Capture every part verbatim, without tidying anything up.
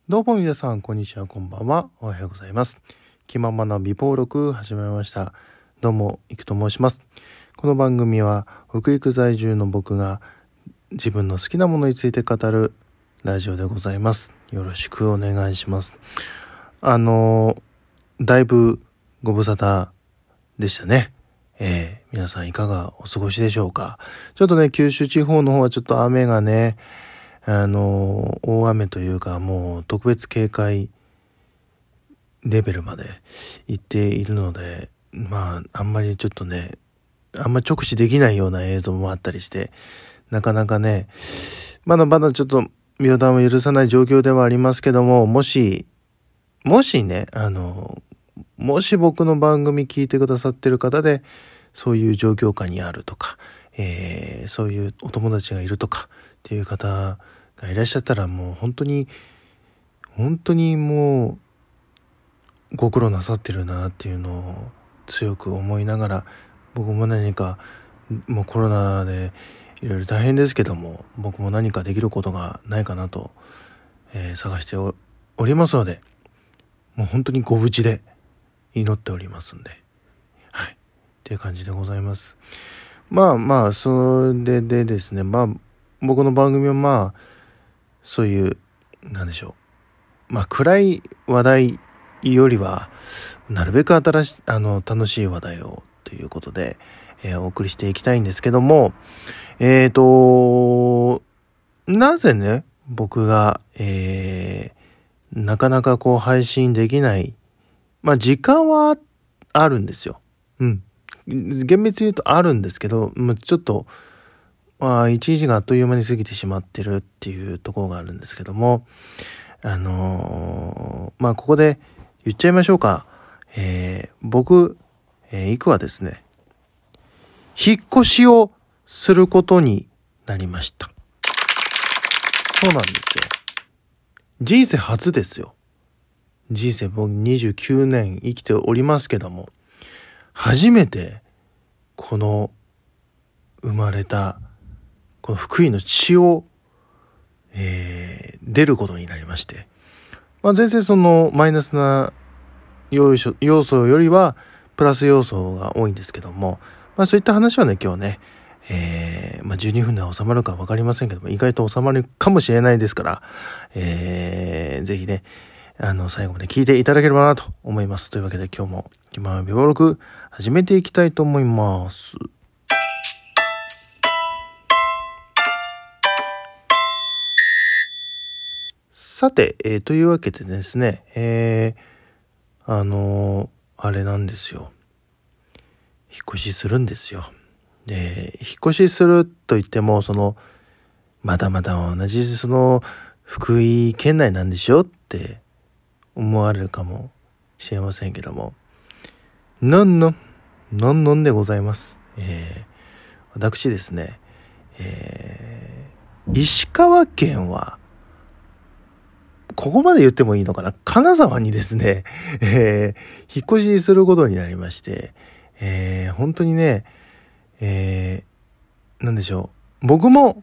どうも皆さん、こんにちは、こんばんは。おはようございます。気ままな美貌録始めました。どうも、いくと申します。この番組は、北陸在住の僕が自分の好きなものについて語るラジオでございます。よろしくお願いします。あの、だいぶご無沙汰でしたね。えー、皆さんいかがお過ごしでしょうか。ちょっとね、九州地方の方はちょっと雨がね、あの大雨というかもう特別警戒レベルまで行っているので、まああんまりちょっとねあんまり直視できないような映像もあったりして、なかなかねまだまだちょっと予断を許さない状況ではありますけども、もしもしねあのもし僕の番組聞いてくださってる方でそういう状況下にあるとか、えー、そういうお友達がいるとかっていう方がいらっしゃったら、もう本当に本当にもうご苦労なさってるなっていうのを強く思いながら、僕も何かもうコロナでいろいろ大変ですけども、僕も何かできることがないかなと、えー、探して お, おりますので、もう本当にご無事で祈っておりますんで、はいっていう感じでございます。まあまあそれでですね、まあ僕の番組はまあそういうなんでしょう、まあ暗い話題よりはなるべく新しいあの楽しい話題をということで、えー、お送りしていきたいんですけども、えーとなぜね僕が、えー、なかなかこう配信できない、まあ時間はあるんですよ。うん厳密に言うとあるんですけど、もうちょっとまあ一日があっという間に過ぎてしまってるっていうところがあるんですけども、あのー、まあここで言っちゃいましょうか。えー、僕、えー、いくはですね、引っ越しをすることになりました。そうなんですよ。人生初ですよ。人生僕にじゅうきゅうねん生きておりますけども、初めてこの生まれたこの福井の血を、えー、出ることになりまして、まあ、全然そのマイナスな要素要素よりはプラス要素が多いんですけども、まあ、そういった話はね今日ね、えーまあ、じゅうにふんで収まるか分かりませんけども、意外と収まるかもしれないですから、えー、ぜひねあの最後まで聞いていただければなと思います。というわけで今日も気まま美貌録始めていきたいと思います。さて、えー、というわけでですね、えー、あのー、あれなんですよ。引っ越しするんですよ。で、引っ越しすると言っても、その、まだまだ同じその、福井県内なんでしょって思われるかもしれませんけども、のんのん、のんのんでございます。えー、私ですね、えー、石川県は、ここまで言ってもいいのかな、金沢にですね、えー、引っ越しすることになりまして、えー、本当にね、えー、なんでしょう、僕も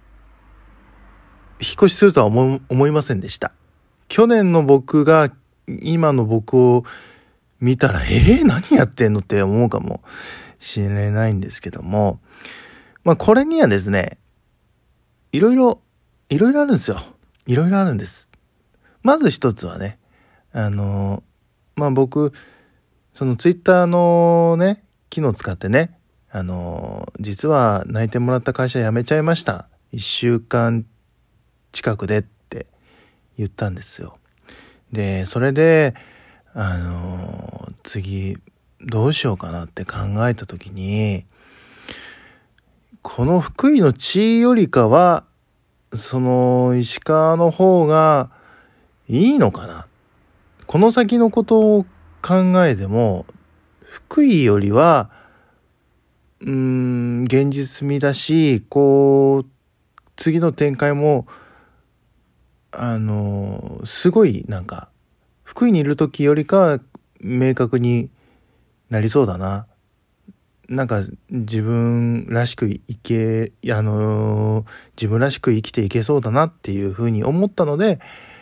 引っ越しするとは思思いませんでした。去年の僕が今の僕を見たら、えー、何やってんのって思うかもしれないんですけども、まあこれにはですね、いろいろいろいろあるんですよ。いろいろあるんです。まず一つはね、あのまあ僕そのツイッターのね機能使ってね、あの実は内定もらった会社辞めちゃいました、いっしゅうかん近くでって言ったんですよ。でそれであの次どうしようかなって考えた時に、この福井の地よりかはその石川の方がいいのかな、この先のことを考えても福井よりはうーん現実味だし、こう次の展開もあのすごいなんか福井にいる時よりかは明確になりそうだな、なんか自分らしくいけあの自分らしく生きていけそうだなっていうふうに思ったので、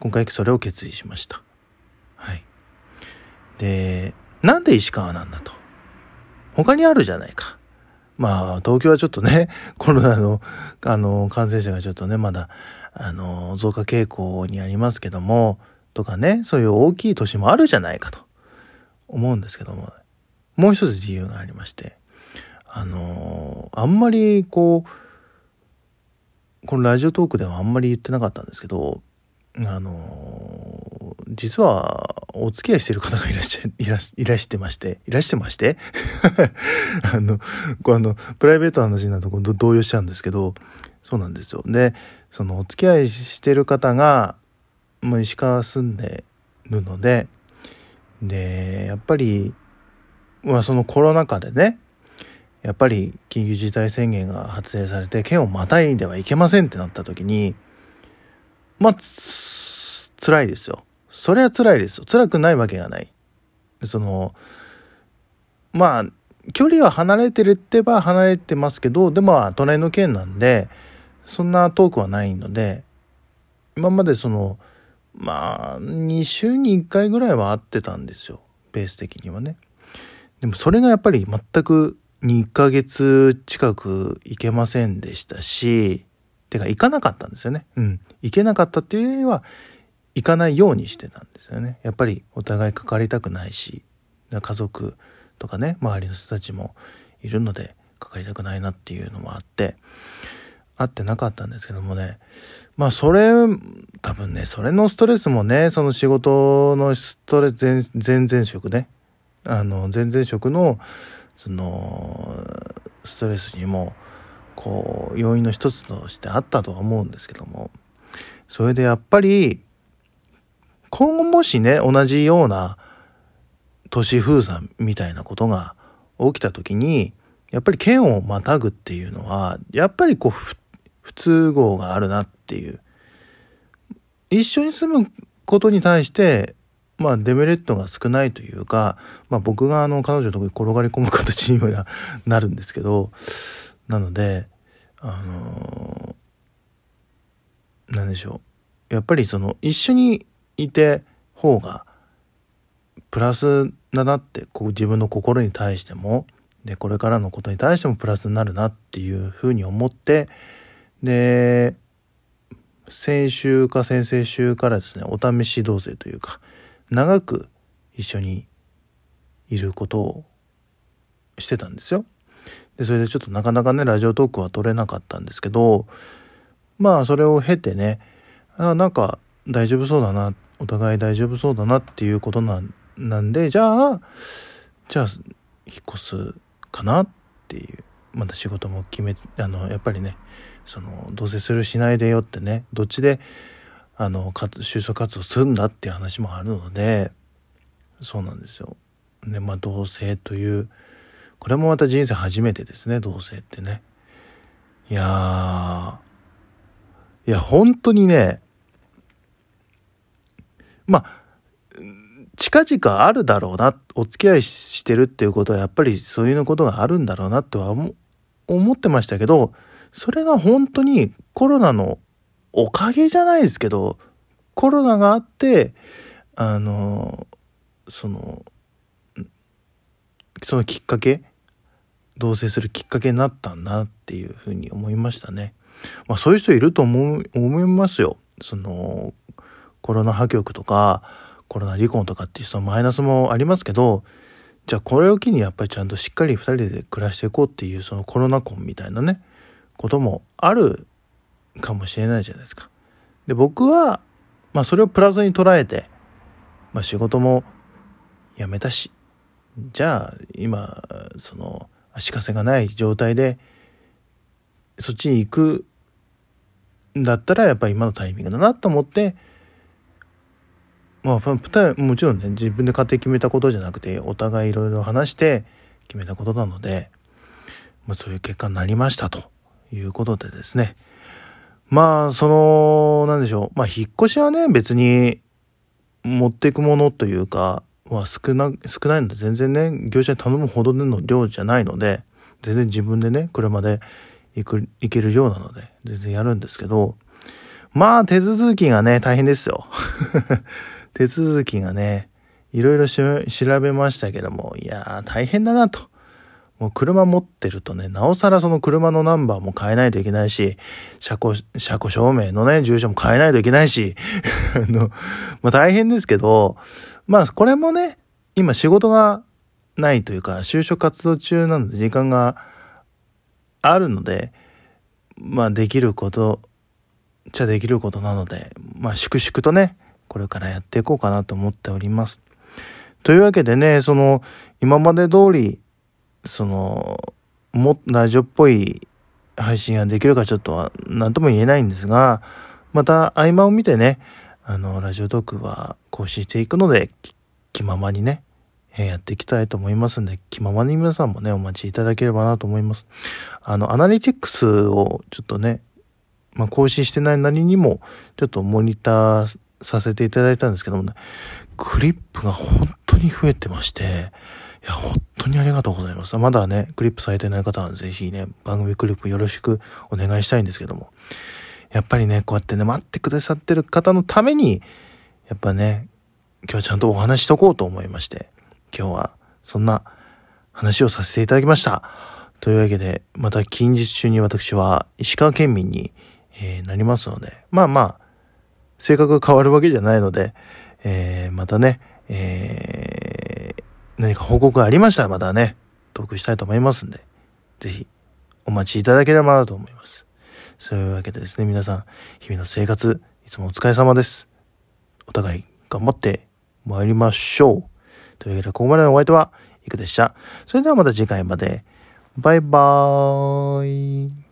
今回それを決意しました。はい。で、なんで石川なんだと。他にあるじゃないか。まあ、東京はちょっとね、コロナの、あの、感染者がちょっとね、まだ、あの、増加傾向にありますけども、とかね、そういう大きい都市もあるじゃないかと思うんですけども、もう一つ理由がありまして、あの、あんまりこう、このラジオトークではあんまり言ってなかったんですけど、あの、実はお付き合いしてる方がいらっしゃいらいらしてましていらしてましてあのこうあのプライベートな話になるとこう動揺しちゃうんですけど、そうなんですよ。で、そのお付き合いしてる方がもう石川住んでるので、でやっぱりまあそのコロナ禍でね、やっぱり緊急事態宣言が発令されて県をまたいではいけませんってなった時に、まあつ辛いですよ。それは辛いですよ。辛くないわけがない。そのまあ距離は離れてるってば離れてますけど、でも隣の県なんでそんな遠くはないので、今までそのまあに週にいっかいぐらいは会ってたんですよ、ペース的にはね。でもそれがやっぱり全くにかげつ近く行けませんでしたし、てか行かなかったんですよね。うん、行けなかったっていうよりは行かないようにしてたんですよね。やっぱりお互い関わりたくないし、家族とかね、周りの人たちもいるので関わりたくないなっていうのもあって会ってなかったんですけどもね、まあそれ多分ね、それのストレスもね、その仕事のストレス、前前職ね、あの前々職のそのストレスにもこう要因の一つとしてあったとは思うんですけども、それでやっぱり今後もしね、同じような都市封鎖みたいなことが起きた時に、やっぱり県をまたぐっていうのはやっぱりこう不都合があるなっていう、一緒に住むことに対してまあデメリットが少ないというか、まあ僕があの彼女のところに転がり込む形にはなるんですけど、なのであのー、なんでしょう、やっぱりその一緒にいて方がプラスだなって、こう自分の心に対してもでこれからのことに対してもプラスになるなっていうふうに思って、で先週か先々週からですね、お試し同棲というか長く一緒にいることをしてたんですよ。でそれでちょっとなかなかねラジオトークは撮れなかったんですけど、まあそれを経てね、あなんか大丈夫そうだな、お互い大丈夫そうだなっていうことなんなんで、じゃあじゃあ引っ越すかなっていう、まだ仕事も決めあのやっぱりね、その同棲するしないでよってね、どっちであの就職活動するんだっていう話もあるので、そうなんですよ。でまあ同棲という、これもまた人生初めてですね、同棲ってね。いやーいや本当にね、まあ近々あるだろうな、お付き合いしてるっていうことはやっぱりそういうことがあるんだろうなとは思ってましたけど、それが本当にコロナのおかげじゃないですけど、コロナがあってあのそのそのきっかけ、同棲するきっかけになったんだっていうふうに思いましたね。まあそういう人いると思う思いますよ。そのコロナ破局とかコロナ離婚とかっていうそのマイナスもありますけど、じゃあこれを機にやっぱりちゃんとしっかりふたりで暮らしていこうっていう、そのコロナ婚みたいなねこともあるかもしれないじゃないですか。で僕はまあそれをプラスに捉えて、まあ仕事も辞めたし、じゃあ今その足かせがない状態でそっちに行くんだったらやっぱり今のタイミングだなと思って、まあもちろんね自分で勝手に決めたことじゃなくてお互いいろいろ話して決めたことなので、まあ、そういう結果になりましたということでですね、まあそのなんでしょう、まあ引っ越しはね別に持っていくものというかは少な少ないので、全然ね業者に頼むほどの量じゃないので、全然自分でね車で行く行ける量なので全然やるんですけど、 まあ手続きがね大変ですよ手続きがねいろいろし調べましたけども、いやー大変だなと。もう車持ってるとね、なおさらその車のナンバーも変えないといけないし、車庫、車庫証明のね、住所も変えないといけないし、あの、まあ大変ですけど、まあこれもね、今仕事がないというか、就職活動中なので時間があるので、まあできることっちゃできることなので、まあ粛々とね、これからやっていこうかなと思っております。というわけでね、その、今まで通り、そのもラジオっぽい配信ができるかちょっとは何とも言えないんですが、また合間を見てね、あのラジオトークは更新していくので気ままにね、えー、やっていきたいと思いますんで、気ままに皆さんもねお待ちいただければなと思います。あのアナリティクスをちょっとね、まあ、更新してないなりにもちょっとモニターさせていただいたんですけどもね、クリップが本当に増えてまして、いや、本当にありがとうございます。まだね、クリップされてない方はぜひね、番組クリップよろしくお願いしたいんですけども。やっぱりね、こうやってね、待ってくださってる方のために、やっぱね、今日はちゃんとお話ししとこうと思いまして、今日はそんな話をさせていただきました。というわけで、また近日中に私は石川県民に、えー、なりますので、まあまあ、性格が変わるわけじゃないので、えー、またね、えー何か報告がありましたらまたね、トークしたいと思いますんで、ぜひお待ちいただければなと思います。そういうわけでですね、皆さん、日々の生活、いつもお疲れ様です。お互い頑張って参りましょう。というわけで、ここまでのお相手は、いくでした。それではまた次回まで。バイバーイ。